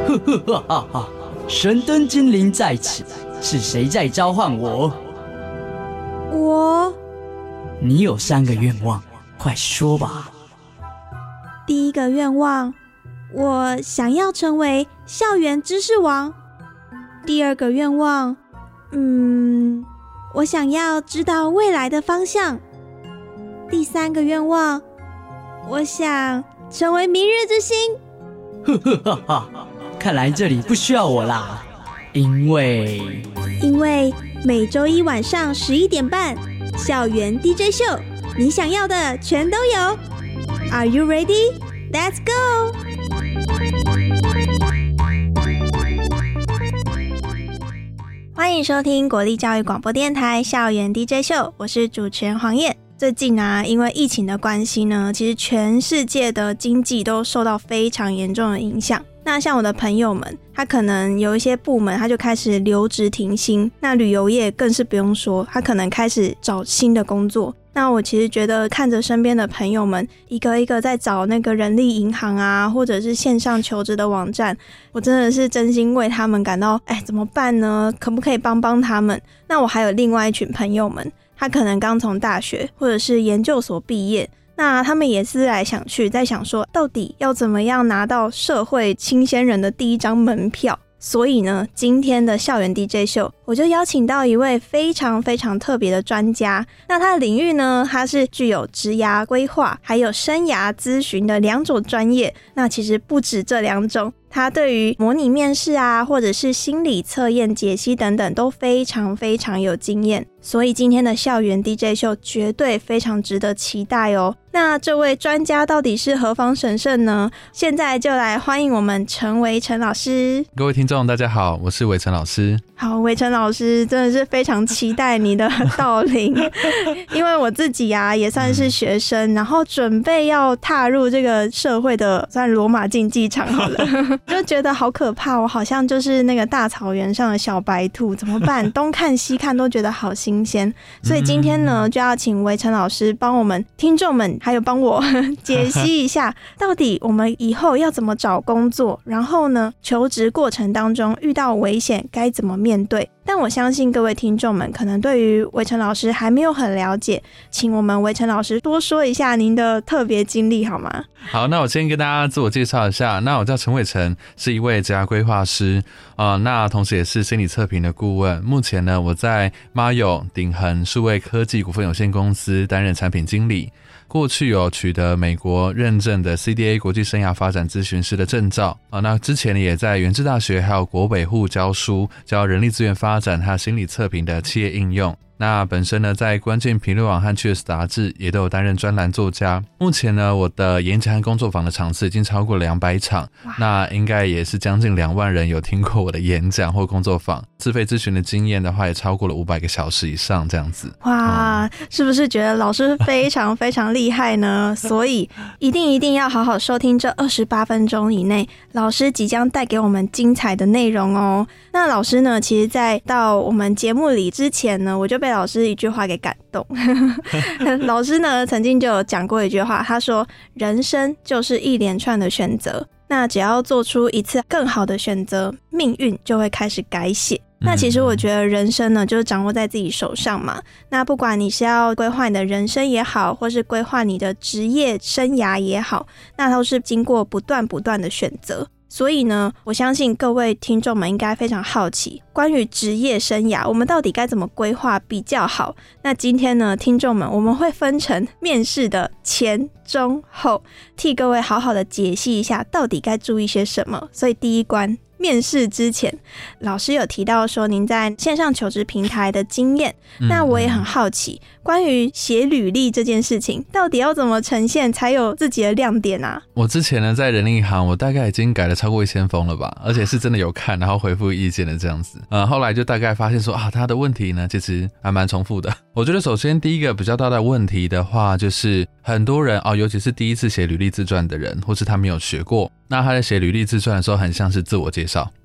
呵呵哈哈哈！神灯精灵在此，是谁在召唤我？ 我。 你有3个愿望，快说吧。 第一个愿望，我想要成为校园知识王。第二个愿望，我想要知道未来的方向。第3个愿望，我想成为明日之星。 呵呵哈哈！看来这里不需要我啦，因为每周一晚上11点半，校园 DJ 秀，你想要的全都有。Are you ready? Let's go! 欢迎收听国立教育广播电台校园 DJ 秀，我是主持人黄燕。最近啊，因为疫情的关系呢，其实全世界的经济都受到非常严重的影响。那像我的朋友们，他可能有一些部门他就开始留职停薪，那旅游业更是不用说，他可能开始找新的工作。那我其实觉得看着身边的朋友们一个一个在找那个人力银行啊，或者是线上求职的网站，我真的是真心为他们感到怎么办呢？可不可以帮帮他们？那我还有另外一群朋友们，他可能刚从大学或者是研究所毕业，那他们也思来想去，在想说到底要怎么样拿到社会新鲜人的第一张门票。所以呢，今天的校园 DJ 秀，我就邀请到一位非常非常特别的专家。那他的领域呢，他是具有职涯规划还有生涯咨询的2种专业。那其实不止这2种，他对于模拟面试啊，或者是心理测验解析等等都非常非常有经验。所以今天的校园 DJ 秀绝对非常值得期待哦。那这位专家到底是何方神圣呢？现在就来欢迎我们陈维成老师。 各位听众大家好，我是维成老师。 好，维成老师真的是非常期待你的到临因为我自己啊也算是学生，然后准备要踏入这个社会的算罗马竞技场好了就觉得好可怕，我好像就是那个大草原上的小白兔，怎么办？东看西看都觉得好新鲜。所以今天呢，就要请维成老师帮我们听众们还有帮我解析一下到底我们以后要怎么找工作，然后呢求职过程当中遇到危险该怎么面对。但我相信各位听众们可能对于维成老师还没有很了解，请我们维成老师多说一下您的特别经历好吗？ 好，那我先跟大家自我介绍一下。那我叫陈伟成，是一位职涯规划师那同时也是心理测评的顾问。目前呢，我在Mayo鼎恒数位科技股份有限公司担任产品经理。过去有取得美国认证的 CDA 国际生涯发展咨询师的证照那之前也在元智大学还有国北户教书，教人力资源发展和心理测评的企业应用。那本身呢，在关键评论网和 Cheers 杂志也都有担任专栏作家。目前呢，我的演讲和工作坊的场次已经超过了200场，那应该也是将近2万人有听过我的演讲或工作坊。自费咨询的经验的话，也超过了500个小时以上这样子。 哇，是不是觉得老师非常非常厉害呢？所以一定要好好收听这28分钟以内，老师即将带给我们精彩的内容哦。那老师呢，其实在到我们节目里之前呢，我就被老师一句话给感动老师呢曾经就有讲过一句话，他说人生就是一连串的选择，那只要做出一次更好的选择，命运就会开始改写。那其实我觉得人生呢就是掌握在自己手上嘛，那不管你是要规划你的人生也好，或是规划你的职业生涯也好，那都是经过不断的选择。所以呢，我相信各位听众们应该非常好奇，关于职业生涯，我们到底该怎么规划比较好？那今天呢，听众们，我们会分成面试的前、中、后，替各位好好的解析一下，到底该注意些什么。所以第一关，面试之前，老师有提到说您在线上求职平台的经验，那我也很好奇，关于写履历这件事情，到底要怎么呈现才有自己的亮点啊？ 我之前呢在人力银行，我大概已经改了超过1000封了吧，而且是真的有看，然后回复意见的这样子。后来就大概发现说他的问题呢其实还蛮重复的。我觉得首先第一个比较大的问题的话，就是很多人尤其是第一次写履历自传的人，或是他没有学过，那他在写履历自传的时候很像是自我介绍，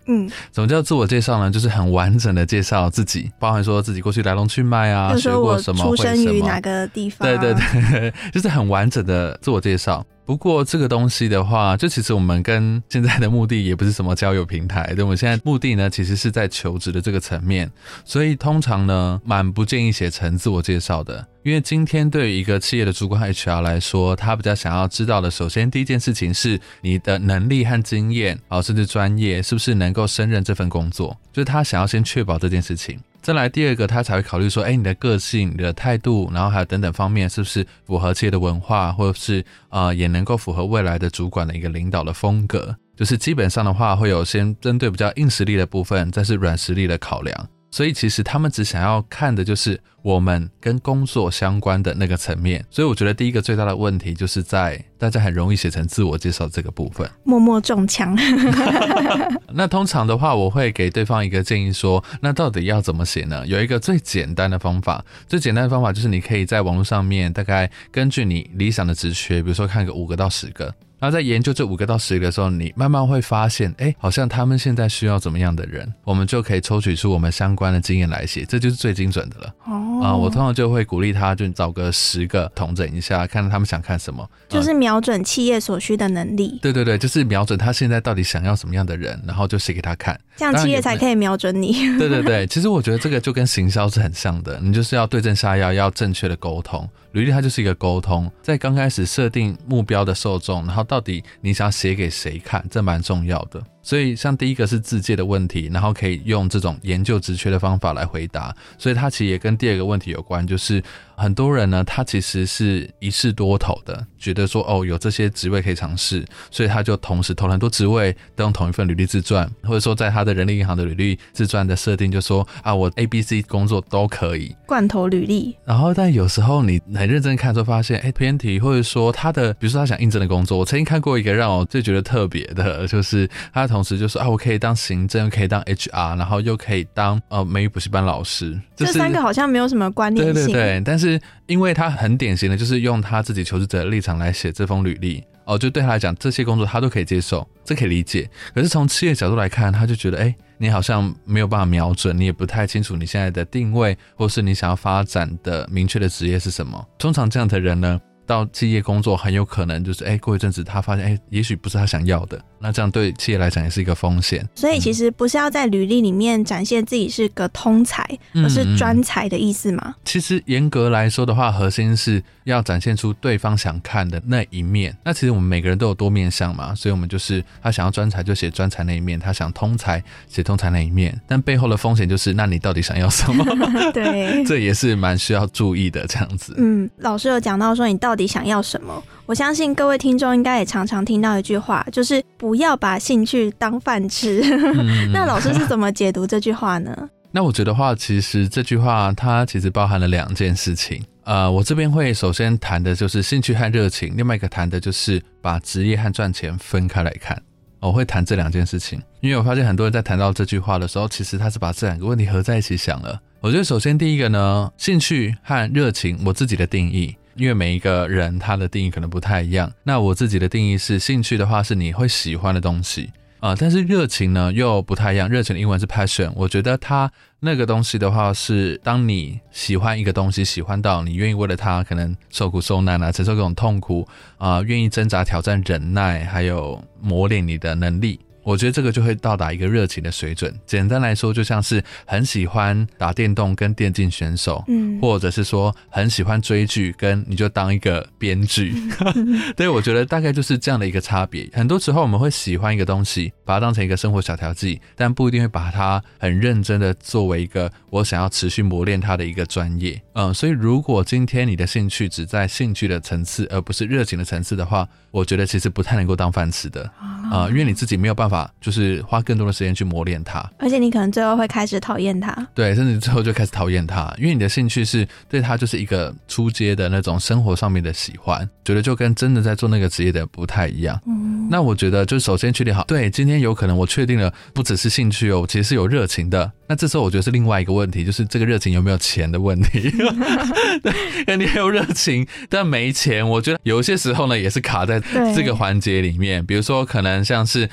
什么叫自我介绍呢？就是很完整的介绍自己，包含说自己过去来龙去脉啊，学过什么， 出生于哪个地方， 对，就是很完整的自我介绍。不过这个东西的话，就其实我们跟现在的目的也不是什么交友平台，对，我们现在目的呢其实是在求职的这个层面，所以通常呢蛮不建议写成自我介绍的。因为今天对于一个企业的主管 HR 来说，他比较想要知道的，首先第一件事情是你的能力和经验，甚至专业是不是能够胜任这份工作，就是他想要先确保这件事情。再来第二个，他才会考虑说，你的个性、你的态度，然后还有等等方面，是不是符合企业的文化，或者是也能够符合未来的主管的一个领导的风格。就是基本上的话，会有先针对比较硬实力的部分，再是软实力的考量。所以其实他们只想要看的就是我们跟工作相关的那个层面。所以我觉得第一个最大的问题就是在大家很容易写成自我介绍这个部分， 默默中枪。 那通常的话，我会给对方一个建议说，那到底要怎么写呢？有一个最简单的方法，最简单的方法就是你可以在网络上面大概根据你理想的职缺，比如说看个5个到10个，然后在研究这5个到10个的时候，你慢慢会发现，好像他们现在需要怎么样的人，我们就可以抽取出我们相关的经验来写，这就是最精准的了。我通常就会鼓励他，就找个10个统整一下，看他们想看什么， 就是瞄准企业所需的能力。 对，就是瞄准他现在到底想要什么样的人，然后就写给他看， 这样企业才可以瞄准你。 对，其实我觉得这个就跟行销是很像的，你就是要对症下药，要正确的沟通。履历它就是一个沟通，在刚开始设定目标的受众，然后到底你想要写给谁看，这蛮重要的。所以像第一个是自介的问题，然后可以用这种研究职缺的方法来回答，所以它其实也跟第二个问题有关，就是很多人呢，他其实是一试多投的，觉得说有这些职位可以尝试，所以他就同时投了很多职位，都用同一份履历自传，或者说在他的人力银行的履历自传的设定就说我 ABC 工作都可以罐头履历。 然后但有时候你很认真看之后发现偏题，或者说他的比如说他想应征的工作，我曾经看过一个让我最觉得特别的，就是他同时就说我可以当行政，可以当 HR， 然后又可以当美语补习班老师， 这3个好像没有什么关联性。 对，但是因为他很典型的就是用他自己求职者的立场来写这封履历，就对他来讲这些工作他都可以接受，这可以理解。可是从企业角度来看，他就觉得你好像没有办法瞄准，你也不太清楚你现在的定位，或是你想要发展的明确的职业是什么。通常这样的人呢，到企业工作很有可能就是过一阵子他发现也许不是他想要的，那这样对企业来讲也是一个风险。 所以其实不是要在履历里面展现自己是个通才，而是专才的意思吗？ 其实严格来说的话，核心是要展现出对方想看的那一面。那其实我们每个人都有多面向嘛，所以我们就是他想要专才就写专才那一面，他想通才写通才那一面，但背后的风险就是那你到底想要什么？ 对， 这也是蛮需要注意的这样子。 老师有讲到说你到底想要什么，我相信各位听众应该也常常听到一句话，就是不要把兴趣当饭吃。那老师是怎么解读这句话呢？ 那我觉得话，其实这句话它其实包含了2件事情。我这边会首先谈的就是兴趣和热情，另外一个谈的就是把职业和赚钱分开来看。我会谈这2件事情，因为我发现很多人在谈到这句话的时候，其实他是把这2个问题合在一起想了。我觉得首先第一个呢，兴趣和热情，我自己的定义，因为每一个人他的定义可能不太一样。那我自己的定义是，兴趣的话是你会喜欢的东西。但是热情呢又不太一样，热情的英文是 passion， 我觉得它那个东西的话是当你喜欢一个东西，喜欢到你愿意为了它可能受苦受难承受各种痛苦愿意挣扎挑战忍耐，还有磨练你的能力，我觉得这个就会到达一个热情的水准。简单来说就像是很喜欢打电动跟电竞选手，或者是说很喜欢追剧跟你就当一个编剧对，我觉得大概就是这样的一个差别。很多时候我们会喜欢一个东西，把它当成一个生活小调剂，但不一定会把它很认真的作为一个我想要持续磨练它的一个专业。所以如果今天你的兴趣只在兴趣的层次而不是热情的层次的话，我觉得其实不太能够当饭吃的因为你自己没有办法就是花更多的时间去磨练它， 而且你可能最后会开始讨厌它。 对，甚至最后就开始讨厌它，因为你的兴趣是对它就是一个初阶的那种生活上面的喜欢，觉得就跟真的在做那个职业的不太一样。那我觉得就首先确定好，对，今天有可能我确定了不只是兴趣其实是有热情的，那这时候我觉得是另外一个问题，就是这个热情有没有钱的问题对，你有热情但没钱，我觉得有些时候呢也是卡在这个环节里面。比如说可能像是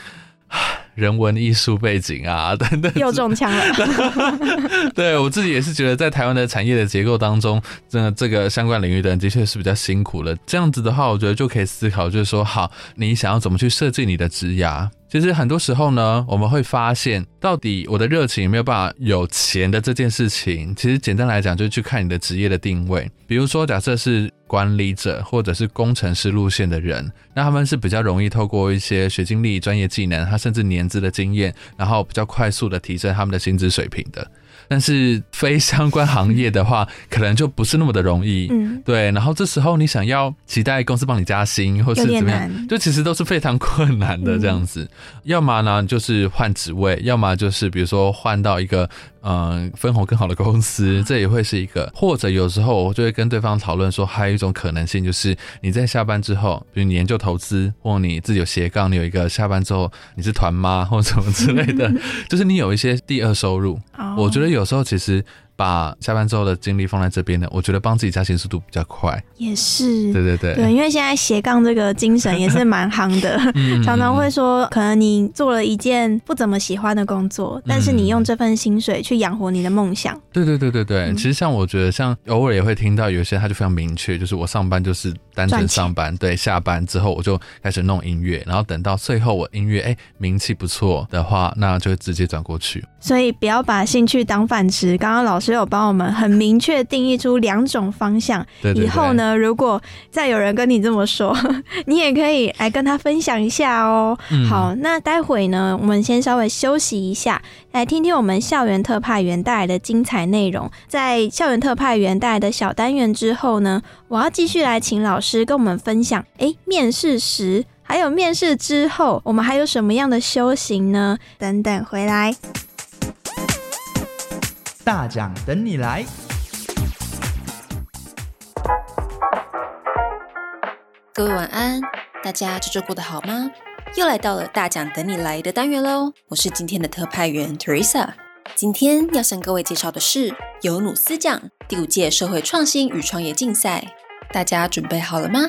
人文艺术背景啊等等， 又中枪了。 对，我自己也是觉得在台湾的产业的结构当中，真的这个相关领域的人的确是比较辛苦了。这样子的话，我觉得就可以思考，就是说，好，你想要怎么去设计你的职涯？其实很多时候呢，我们会发现，到底我的热情有没有办法有钱的这件事情，其实简单来讲，就是去看你的职业的定位。比如说，假设是管理者或者是工程师路线的人，那他们是比较容易透过一些学经历、专业技能，他甚至年资的经验，然后比较快速的提升他们的薪资水平的。但是非相关行业的话，可能就不是那么的容易。对。然后这时候你想要期待公司帮你加薪，或是怎么样，就其实都是非常困难的这样子。要么呢就是换职位，要么就是比如说换到一个分红更好的公司，这也会是一个。或者有时候我就会跟对方讨论说，还有一种可能性就是你在下班之后，比如你研究投资，或你自己有斜杠，你有一个下班之后你是团妈或什么之类的，就是你有一些第二收入。我觉得有时候其实把下班之后的精力放在这边呢，我觉得帮自己加薪速度比较快。 也是， 对， 因为现在斜杠这个精神也是蛮夯的，常常会说，可能你做了一件不怎么喜欢的工作，但是你用这份薪水去养活你的梦想。对， 其实像我觉得，像偶尔也会听到有些他就非常明确，就是我上班就是单纯上班，对，下班之后我就开始弄音乐，然后等到最后我音乐名气不错的话，那就直接转过去。 所以不要把兴趣当饭吃。刚刚老师有帮我们很明确定义出2种方向。对，以后呢，如果再有人跟你这么说，你也可以来跟他分享一下哦。好，那待会呢，我们先稍微休息一下，来听听我们校园特派员带来的精彩内容。在校园特派员带来的小单元之后呢，我要继续来请老师跟我们分享，面试时还有面试之后，我们还有什么样的修行呢？等等回来。 大奖等你来。 各位晚安，大家这周过得好吗？又来到了大奖等你来的单元咯，我是今天的特派员 Teresa。 今天要向各位介绍的是尤努斯奖第5届社会创新与创业竞赛，大家准备好了吗？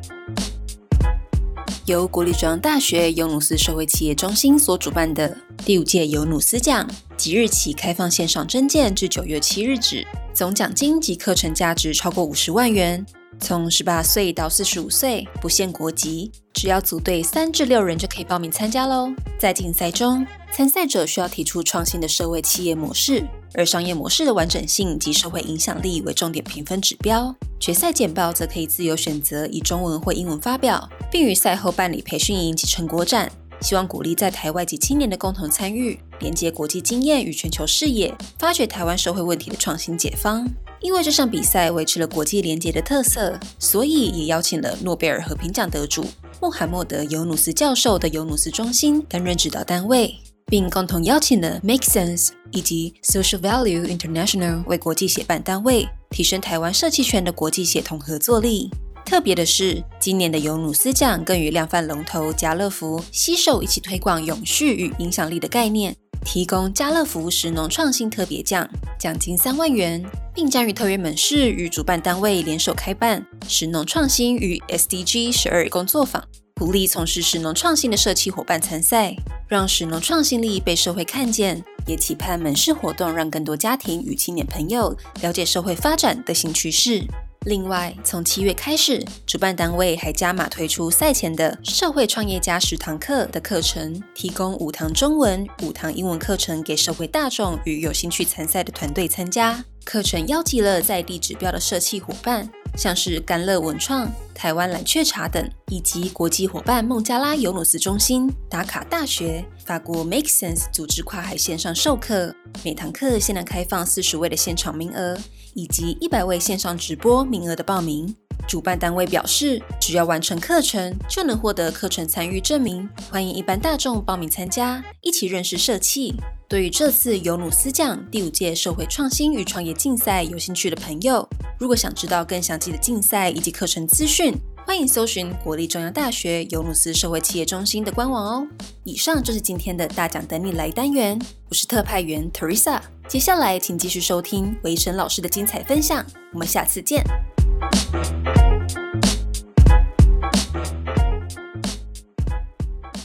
由国立中央大学尤努斯社会企业中心所主办的第5届尤努斯奖，即日起开放线上征件至9月7日止，总奖金及课程价值超过50万元，从18岁到45岁，不限国籍，只要组队3至6人就可以报名参加咯。在竞赛中，参赛者需要提出创新的社会企业模式，而商业模式的完整性及社会影响力为重点评分指标。决赛简报则可以自由选择以中文或英文发表，并于赛后办理培训营及成果展，希望鼓励在台外籍青年的共同参与，连接国际经验与全球视野，发掘台湾社会问题的创新解方。因为这项比赛维持了国际连结的特色，所以也邀请了诺贝尔和平奖得主穆罕默德·尤努斯教授的尤努斯中心担任指导单位，并共同邀请了 Make Sense 以及 Social Value International 为国际协办单位，提升台湾社企圈的国际协同合作力。特别的是，今年的尤努斯奖更与量贩龙头家乐福携手一起推广永续与影响力的概念，提供家乐福食农创新特别奖，奖金3万元，并将与特约门市与主办单位联手开办食农创新与 SDG 12工作坊，鼓励从事食农创新的社企伙伴参赛，让食农创新力被社会看见，也期盼门市活动让更多家庭与青年朋友了解社会发展的新趋势。另外，从7月开始，主办单位还加码推出赛前的社会创业家10堂课的课程，提供5堂中文、5堂英文课程给社会大众与有兴趣参赛的团队参加。课程邀集了在地指标的社企伙伴，像是甘乐文创、台湾蓝雀茶等，以及国际伙伴孟加拉尤努斯中心、达卡大学、法国 Make Sense 组织跨海线上授课，每堂课限量开放40位的现场名额，以及100位线上直播名额的报名。主办单位表示，只要完成课程就能获得课程参与证明，欢迎一般大众报名参加，一起认识社企。对于这次尤努斯奖第5届社会创新与创业竞赛有兴趣的朋友，如果想知道更详细的竞赛以及课程资讯，欢迎搜寻国立中央大学尤努斯社会企业中心的官网哦。以上就是今天的大奖等你来单元，我是特派员 Teresa。接下来请继续收听维神老师的精彩分享，我们下次见。 欢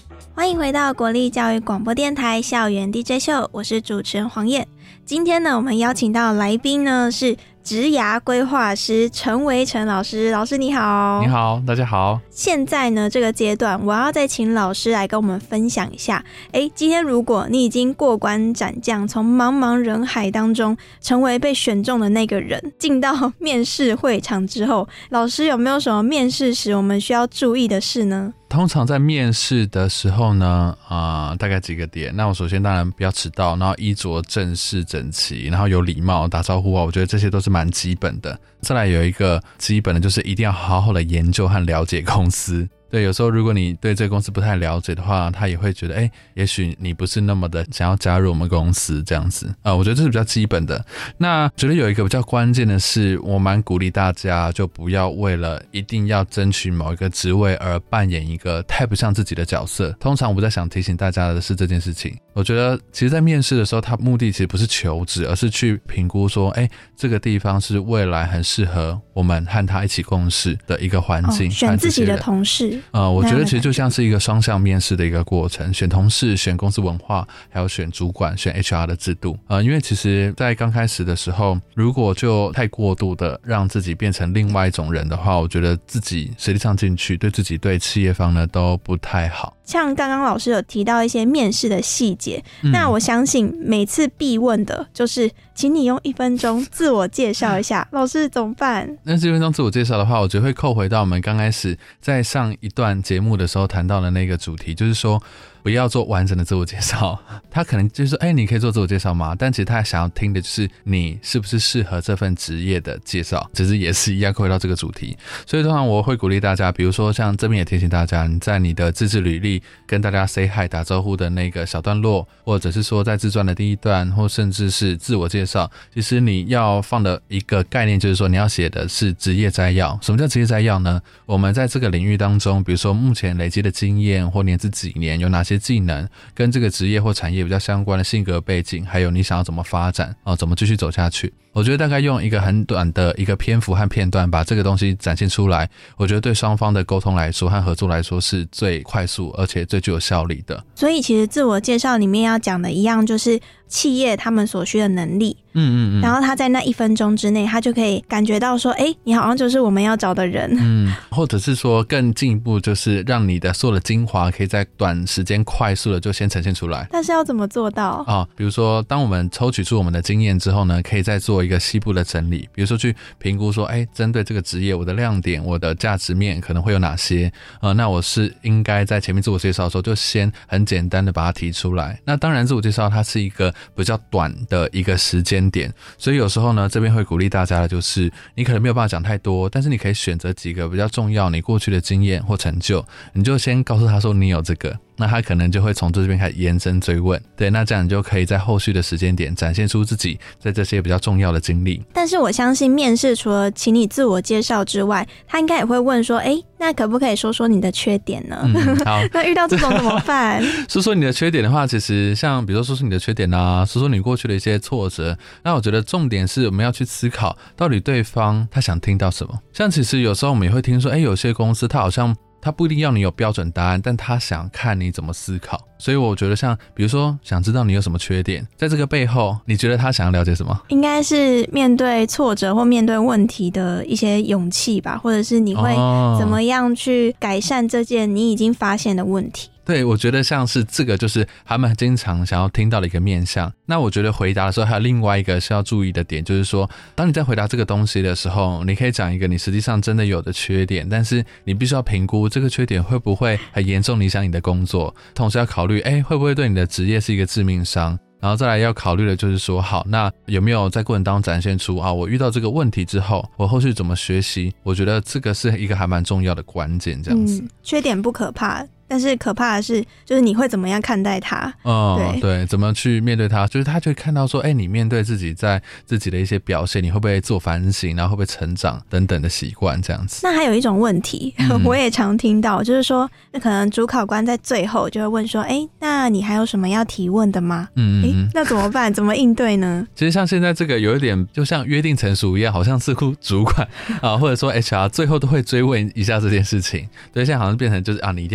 欢迎回到国立教育广播电台校园 DJ 秀，我是主持人黄燕。今天呢，我们邀请到的来宾呢是职涯规划师陈维成老师。老师你好。 你好，大家好。 现在呢，这个阶段我要再请老师来跟我们分享一下，今天如果你已经过关斩将，从茫茫人海当中成为被选中的那个人，进到面试会场之后，老师有没有什么面试时我们需要注意的事呢？ 通常在面试的时候呢，大概几个点。那我首先当然不要迟到，然后衣着正式整齐，然后有礼貌打招呼啊，我觉得这些都是蛮基本的。再来有一个基本的就是一定要好好的研究和了解公司。对，有时候如果你对这个公司不太了解的话，他也会觉得也许你不是那么的想要加入我们公司这样子我觉得这是比较基本的。那觉得有一个比较关键的是，我蛮鼓励大家就不要为了一定要争取某一个职位而扮演一个太不像自己的角色。通常我在想提醒大家的是这件事情。我觉得其实在面试的时候，他目的其实不是求职，而是去评估说这个地方是未来很适合我们和他一起共事的一个环境， 选自己的同事。 我觉得其实就像是一个双向面试的一个过程，选同事、选公司文化，还有选主管、选 HR 的制度。因为其实在刚开始的时候，如果就太过度的让自己变成另外一种人的话，我觉得自己实际上进去对自己对企业方呢都不太好。 像刚刚老师有提到一些面试的细节，那我相信每次必问的就是请你用1分钟自我介绍一下，老师怎么办？ 那1分钟自我介绍的话，我觉得会扣回到我们刚开始在上一段节目的时候谈到的那个主题，就是说不要做完整的自我介绍。他可能就是说你可以做自我介绍吗？但其实他想要听的就是你是不是适合这份职业的介绍，其实也是一样扣回到这个主题。所以通常我会鼓励大家，比如说像这边也提醒大家，你在你的自制履历跟大家 say hi 打招呼的那个小段落，或者是说在自传的第一段，或甚至是自我介绍，其实你要放的一个概念就是说你要写的是职业摘要。什么叫职业摘要呢？我们在这个领域当中，比如说目前累积的经验或年资几年，有哪些技能跟这个职业或产业比较相关的性格背景，还有你想要怎么发展怎么继续走下去。我觉得大概用一个很短的一个篇幅和片段把这个东西展现出来，我觉得对双方的沟通来说和合作来说是最快速而且最具有效率的。 所以其实自我介绍里面要讲的一样，就是企业他们所需的能力。然后他在那1分钟之内，他就可以感觉到说你好像就是我们要找的人。 或者是说更进一步，就是让你的所有的精华可以在短时间快速的就先呈现出来。 但是要怎么做到比如说当我们抽取出我们的经验之后呢，可以再做一个细部的整理，比如说去评估说针对这个职业我的亮点我的价值面可能会有哪些那我是应该在前面自我介绍的时候就先很简单的把它提出来。那当然自我介绍它是一个比较短的一个时间点，所以有时候呢这边会鼓励大家的就是你可能没有办法讲太多，但是你可以选择几个比较重要你过去的经验或成就，你就先告诉他说你有这个，那他可能就会从这边开始延伸追问。对，那这样你就可以在后续的时间点展现出自己在这些比较重要的经历。 但是我相信面试除了请你自我介绍之外，他应该也会问说那可不可以说说你的缺点呢？ 好那遇到这种怎么办？ 说说你的缺点的话，其实像比如说说你的缺点啊，说说你过去的一些挫折，那我觉得重点是我们要去思考到底对方他想听到什么。像其实有时候我们也会听说有些公司他好像他不一定要你有标准答案，但他想看你怎么思考。所以我觉得像比如说想知道你有什么缺点，在这个背后你觉得他想要了解什么？ 应该是面对挫折或面对问题的一些勇气吧，或者是你会怎么样去改善这件你已经发现的问题。 对，我觉得像是这个就是他们经常想要听到的一个面向。那我觉得回答的时候还有另外一个是要注意的点，就是说当你在回答这个东西的时候，你可以讲一个你实际上真的有的缺点，但是你必须要评估这个缺点会不会很严重影响你的工作，同时要考虑会不会对你的职业是一个致命伤。然后再来要考虑的就是说，好，那有没有在过程当中展现出我遇到这个问题之后我后续怎么学习，我觉得这个是一个还蛮重要的关键这样子。 缺点不可怕，但是可怕的是就是你会怎么样看待它。 对，怎么去面对它，就是他就会看到说你面对自己在自己的一些表现，你会不会自我反省，然后会不会成长等等的习惯这样子。 那还有一种问题我也常听到，就是说那可能主考官在最后就会问说那你还有什么要提问的吗？那怎么办？怎么应对呢？ 其实像现在这个有一点就像约定成熟一样，好像似乎主管或者说 HR 最后都会追问一下这件事情。对，现在好像变成就是你一定要问这个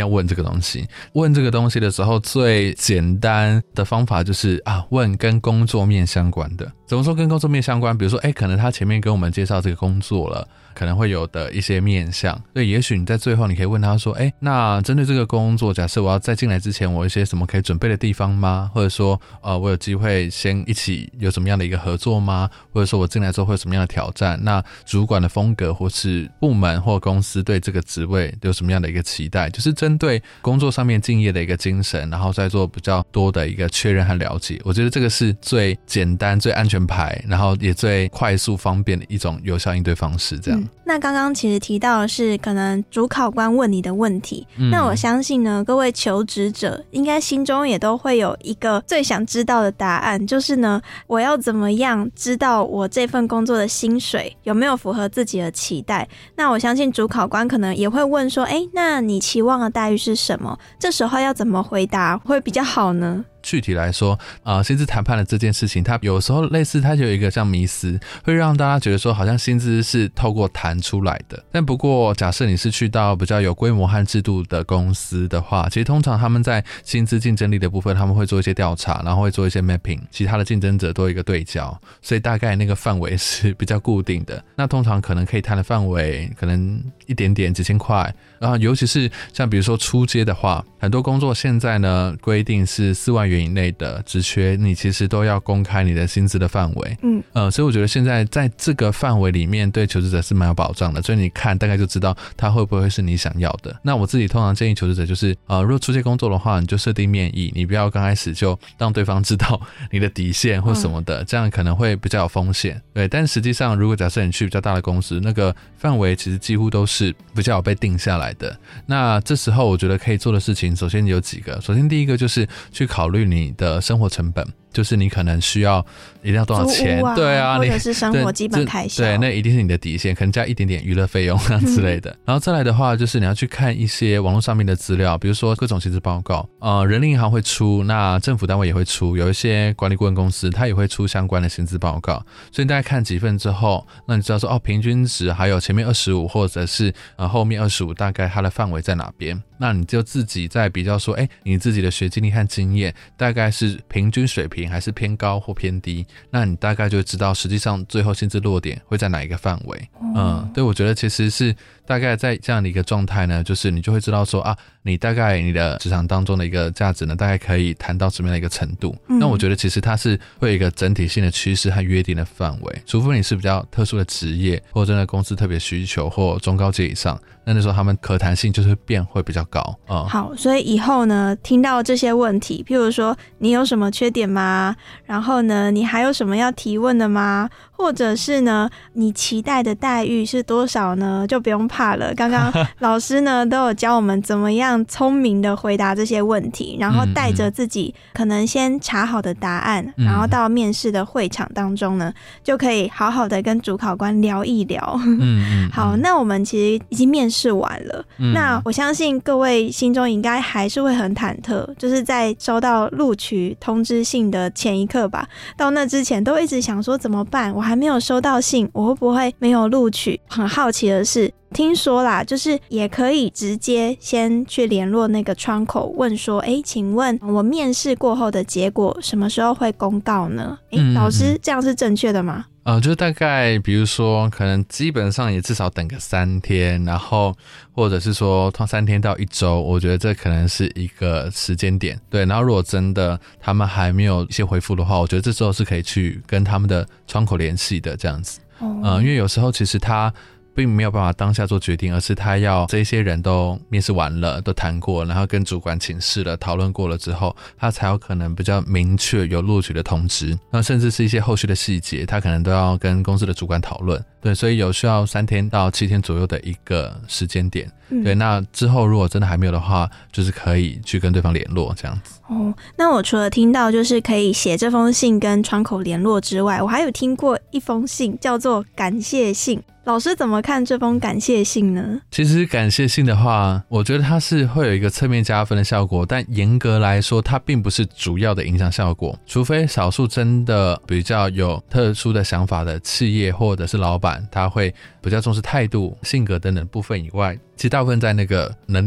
东西。问这个东西的时候，最简单的方法就是问跟工作面相关的。怎么说跟工作面相关？比如说可能他前面跟我们介绍这个工作了，可能会有的一些面向，对，也许你在最后你可以问他说那针对这个工作，假设我要在进来之前我有一些什么可以准备的地方吗？或者说我有机会先一起有什么样的一个合作吗？或者说我进来之后会有什么样的挑战？那主管的风格或是部门或公司对这个职位有什么样的一个期待？就是针对工作上面敬业的一个精神，然后再做比较多的一个确认和了解。我觉得这个是最简单最安全牌，然后也最快速方便的一种有效应对方式这样。 那刚刚其实提到的是可能主考官问你的问题，那我相信呢各位求职者应该心中也都会有一个最想知道的答案，就是呢我要怎么样知道我这份工作的薪水有没有符合自己的期待。那我相信主考官可能也会问说那你期望的待遇是什么？这时候要怎么回答会比较好呢？ 具体来说薪资谈判的这件事情，它有时候类似它有一个像迷思，会让大家觉得说好像薪资是透过谈出来的。但不过假设你是去到比较有规模和制度的公司的话，其实通常他们在薪资竞争力的部分他们会做一些调查，然后会做一些 mapping， 其他的竞争者都有一个对焦，所以大概那个范围是比较固定的。那通常可能可以谈的范围可能一点点几千块，然后尤其是像比如说初阶的话，很多工作现在呢规定是4万元以内的职缺，你其实都要公开你的薪资的范围。所以我觉得现在在这个范围里面对求职者是蛮有保障的，所以你看大概就知道他会不会是你想要的。那我自己通常建议求职者就是如果初阶工作的话，你就设定面议，你不要刚开始就让对方知道你的底线或什么的，这样可能会比较有风险。对，但实际上如果假设你去比较大的公司，那个范围其实几乎都是比较有被定下来的。那这时候我觉得可以做的事情首先有几个。首先第一个就是去考虑你的生活成本，就是你可能需要一定要多少钱，对啊， 或者是生活基本开销， 对，那一定是你的底线，可能加一点点娱乐费用之类的。然后再来的话，就是你要去看一些网络上面的资料，比如说各种薪资报告，人力银行会出，那政府单位也会出，有一些管理顾问公司它也会出相关的薪资报告。所以你大概看几份之后，那你知道说平均值还有前面25或者是后面25大概它的范围在哪边，那你就自己再比较说你自己的学经历和经验大概是平均水平还是偏高或偏低，那你大概就知道实际上最后薪资落点会在哪一个范围。对，我觉得其实是大概在这样的一个状态呢，就是你就会知道说你大概你的职场当中的一个价值呢，大概可以谈到什么样的一个程度。那我觉得其实它是会有一个整体性的趋势和约定的范围，除非你是比较特殊的职业或者真的公司特别需求或中高阶以上，那时候他们可谈性就是会比较高。 好，所以以后呢听到这些问题，譬如说你有什么缺点吗？然后呢你还有什么要提问的吗？或者是呢你期待的待遇是多少呢？就不用怕了，刚刚老师呢都有教我们怎么样聪明的回答这些问题，然后带着自己可能先查好的答案，然后到面试的会场当中呢就可以好好的跟主考官聊一聊。好，那我们其实已经面试完了，那我相信各位心中应该还是会很忐忑，就是在收到录取通知信的前一刻吧，到那之前都一直想说怎么办，我还没有收到信，我会不会没有录取？很好奇的是听说啦，就是也可以直接先去联络那个窗口问说请问我面试过后的结果什么时候会公告呢？老师这样是正确的吗？ 就是大概比如说可能基本上也至少等个3天，然后或者是说3天到1周，我觉得这可能是一个时间点。对，然后如果真的他们还没有一些回复的话，我觉得这时候是可以去跟他们的窗口联系的这样子。因为有时候其实他并没有办法当下做决定，而是他要这些人都面试完了，都谈过，然后跟主管请示了，讨论过了之后，他才有可能比较明确有录取的通知。那甚至是一些后续的细节，他可能都要跟公司的主管讨论。对，所以有需要3天到7天左右的一个时间点。对，那之后如果真的还没有的话，就是可以去跟对方联络这样子。 那我除了听到就是可以写这封信跟窗口联络之外，我还有听过一封信叫做感谢信。老师怎么看这封感谢信呢？ 其实感谢信的话，我觉得它是会有一个侧面加分的效果，但严格来说它并不是主要的影响效果，除非少数真的比较有特殊的想法的企业或者是老板，他会比较重视态度、性格等等部分以外，其实大部分在那个能力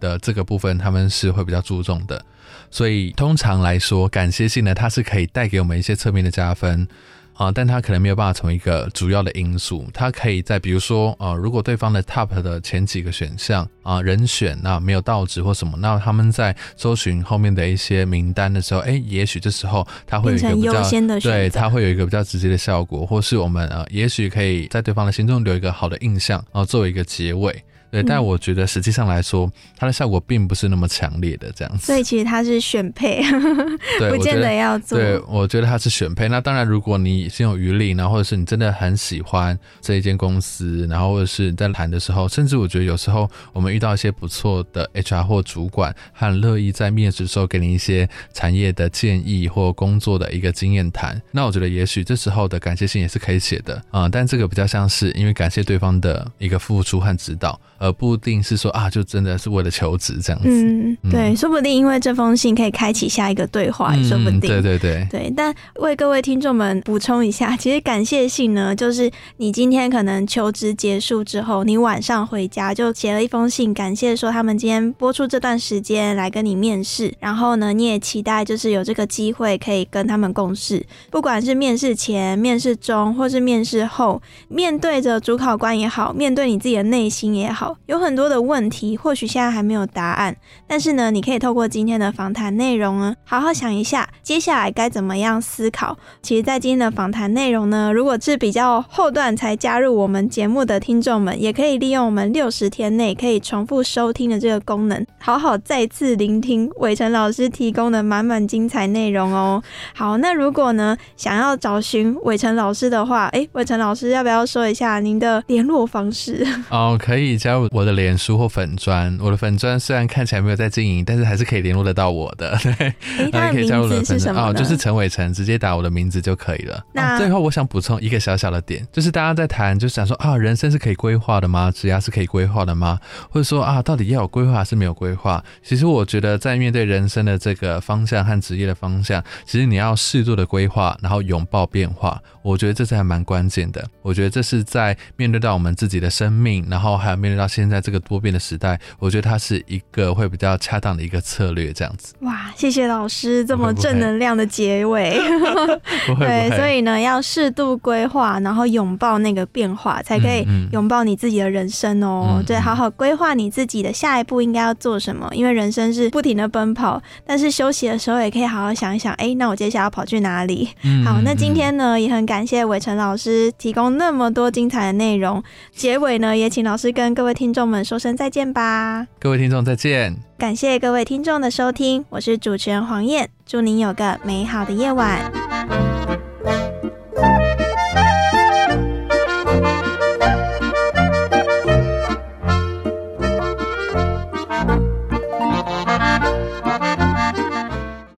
的这个部分他们是会比较注重的。所以通常来说，感谢信呢，它是可以带给我们一些侧面的加分但它可能没有办法成为一个主要的因素。它可以在比如说如果对方的 top 的前几个选项人选那没有到职或什么，那他们在搜寻后面的一些名单的时候，也许这时候它会有一个比较优先的选择， 对，它会有一个比较直接的效果，或是我们也许可以在对方的心中留一个好的印象作为一个结尾。对，但我觉得实际上来说，它的效果并不是那么强烈的这样子。 所以其实它是选配， 对， 不见得要做。 对，我觉得它是选配。那当然，如果你心有余力，然后或者是你真的很喜欢这一间公司，然后或者是在谈的时候，甚至我觉得有时候我们遇到一些不错的 HR 或主管，很乐意在面试的时候给你一些产业的建议或工作的一个经验谈。那我觉得也许这时候的感谢信也是可以写的但这个比较像是因为感谢对方的一个付出和指导。而不一定是说就真的是为了求职这样子。 对，说不定因为这封信可以开启下一个对话，也说不定。 对对对对，但为各位听众们补充一下，其实感谢信呢，就是你今天可能求职结束之后，你晚上回家就写了一封信，感谢说他们今天播出这段时间来跟你面试，然后呢，你也期待就是有这个机会可以跟他们共事，不管是面试前、面试中或是面试后，面对着主考官也好，面对你自己的内心也好，有很多的问题或许现在还没有答案，但是呢，你可以透过今天的访谈内容呢，好好想一下接下来该怎么样思考。其实在今天的访谈内容呢，如果是比较后段才加入我们节目的听众们，也可以利用我们60天内可以重复收听的这个功能，好好再次聆听伟成老师提供的满满精彩内容哦。好，那如果呢想要找寻伟成老师的话，伟成老师要不要说一下您的联络方式？ 可以加入我的脸书或粉专。我的粉专虽然看起来没有在经营，但是还是可以联络得到我的。对， 他的名字是什么呢？ 就是陈伟成，直接打我的名字就可以了。那最后我想补充一个小小的点，就是大家在谈就想说人生是可以规划的吗？职业是可以规划的吗？或者说到底要有规划还是没有规划？其实我觉得在面对人生的这个方向和职业的方向，其实你要适度的规划，然后拥抱变化，我觉得这是还蛮关键的。我觉得这是在面对到我们自己的生命，然后还有面对到现在这个多变的时代，我觉得它是一个会比较恰当的一个策略这样子。 哇，谢谢老师这么正能量的结尾。 不会对，所以呢要适度规划，然后拥抱那个变化，才可以拥抱你自己的人生哦。对，好好规划你自己的下一步应该要做什么，因为人生是不停的奔跑，但是休息的时候也可以好好想一想，那我接下来要跑去哪里？好，那今天呢也很感谢伟成老师提供那么多精彩的内容，结尾呢也请老师跟各位听众们说声再见吧。 各位听众再见。 感谢各位听众的收听，我是主持人黄燕，祝您有个美好的夜晚。